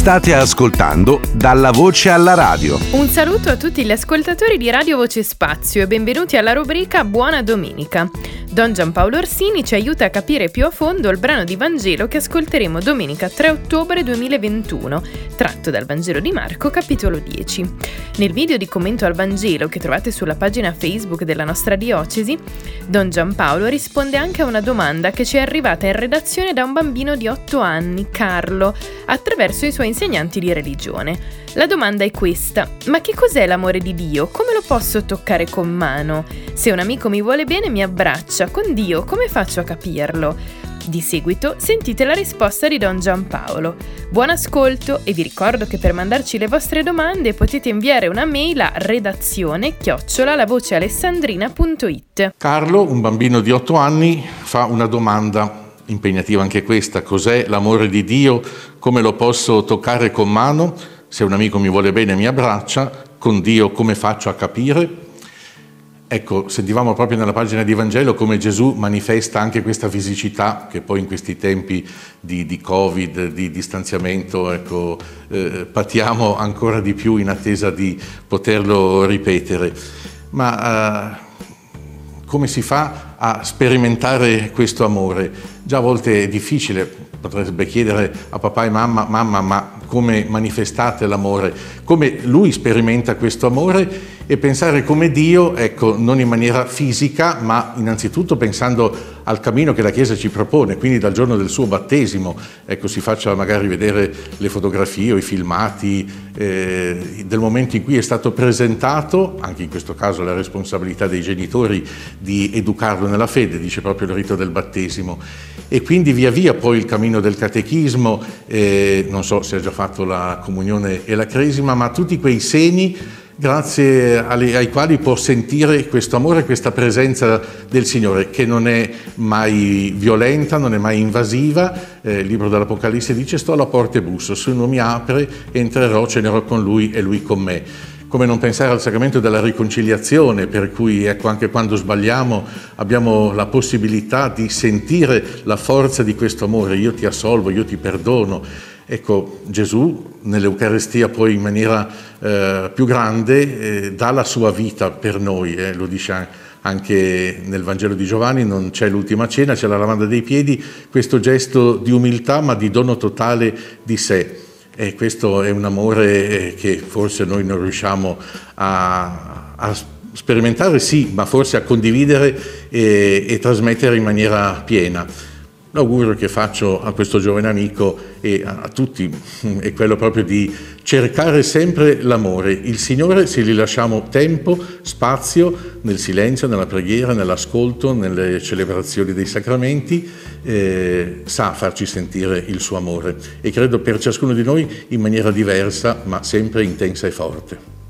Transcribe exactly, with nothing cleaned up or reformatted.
State ascoltando Dalla Voce alla Radio. Un saluto a tutti gli ascoltatori di Radio Voce Spazio e benvenuti alla rubrica Buona Domenica. Don Giampaolo Orsini ci aiuta a capire più a fondo il brano di Vangelo che ascolteremo domenica tre ottobre duemilaventuno, tratto dal Vangelo di Marco, capitolo dieci. Nel video di commento al Vangelo che trovate sulla pagina Facebook della nostra diocesi, Don Giampaolo risponde anche a una domanda che ci è arrivata in redazione da un bambino di otto anni, Carlo, attraverso i suoi insegnanti di religione. La domanda è questa: ma che cos'è l'amore di Dio? Come lo posso toccare con mano? Se un amico mi vuole bene mi abbraccia, con Dio come faccio a capirlo? Di seguito sentite la risposta di Don Giampaolo. Buon ascolto e vi ricordo che per mandarci le vostre domande potete inviare una mail a redazione chiocciola lavocealessandrina.it. Carlo, un bambino di otto anni, fa una domanda impegnativa anche questa: cos'è l'amore di Dio? Come lo posso toccare con mano? Se un amico mi vuole bene mi abbraccia, con Dio come faccio a capire? Ecco, sentivamo proprio nella pagina di Vangelo come Gesù manifesta anche questa fisicità che poi in questi tempi di, di Covid, di distanziamento, ecco, eh, patiamo ancora di più in attesa di poterlo ripetere. Ma eh, come si fa a sperimentare questo amore? Già a volte è difficile, potrebbe chiedere a papà e mamma, mamma, ma come manifestate l'amore? Come lui sperimenta questo amore? E pensare come Dio, ecco, non in maniera fisica, ma innanzitutto pensando al cammino che la Chiesa ci propone, quindi dal giorno del suo battesimo, ecco, si faccia magari vedere le fotografie o i filmati eh, del momento in cui è stato presentato, anche in questo caso la responsabilità dei genitori di educarlo nella fede, dice proprio il rito del battesimo, e quindi via via poi il cammino del catechismo, eh, non so se ha già fatto la comunione e la cresima, ma tutti quei segni grazie ai, ai quali può sentire questo amore, questa presenza del Signore, che non è mai violenta, non è mai invasiva. Eh, il libro dell'Apocalisse dice: sto alla porta e busso, se uno mi apre entrerò, cenerò con lui e lui con me. Come non pensare al sacramento della riconciliazione, per cui ecco, anche quando sbagliamo abbiamo la possibilità di sentire la forza di questo amore: io ti assolvo, io ti perdono. Ecco, Gesù nell'Eucaristia poi in maniera eh, più grande eh, dà la sua vita per noi, eh, lo dice anche nel Vangelo di Giovanni, non c'è l'ultima cena, c'è la lavanda dei piedi, questo gesto di umiltà ma di dono totale di sé. E questo è un amore che forse noi non riusciamo a, a sperimentare, sì, ma forse a condividere e, e trasmettere in maniera piena. L'augurio che faccio a questo giovane amico e a tutti è quello proprio di cercare sempre l'amore. Il Signore, se gli lasciamo tempo, spazio, nel silenzio, nella preghiera, nell'ascolto, nelle celebrazioni dei sacramenti, eh, sa farci sentire il suo amore. E credo per ciascuno di noi in maniera diversa, ma sempre intensa e forte.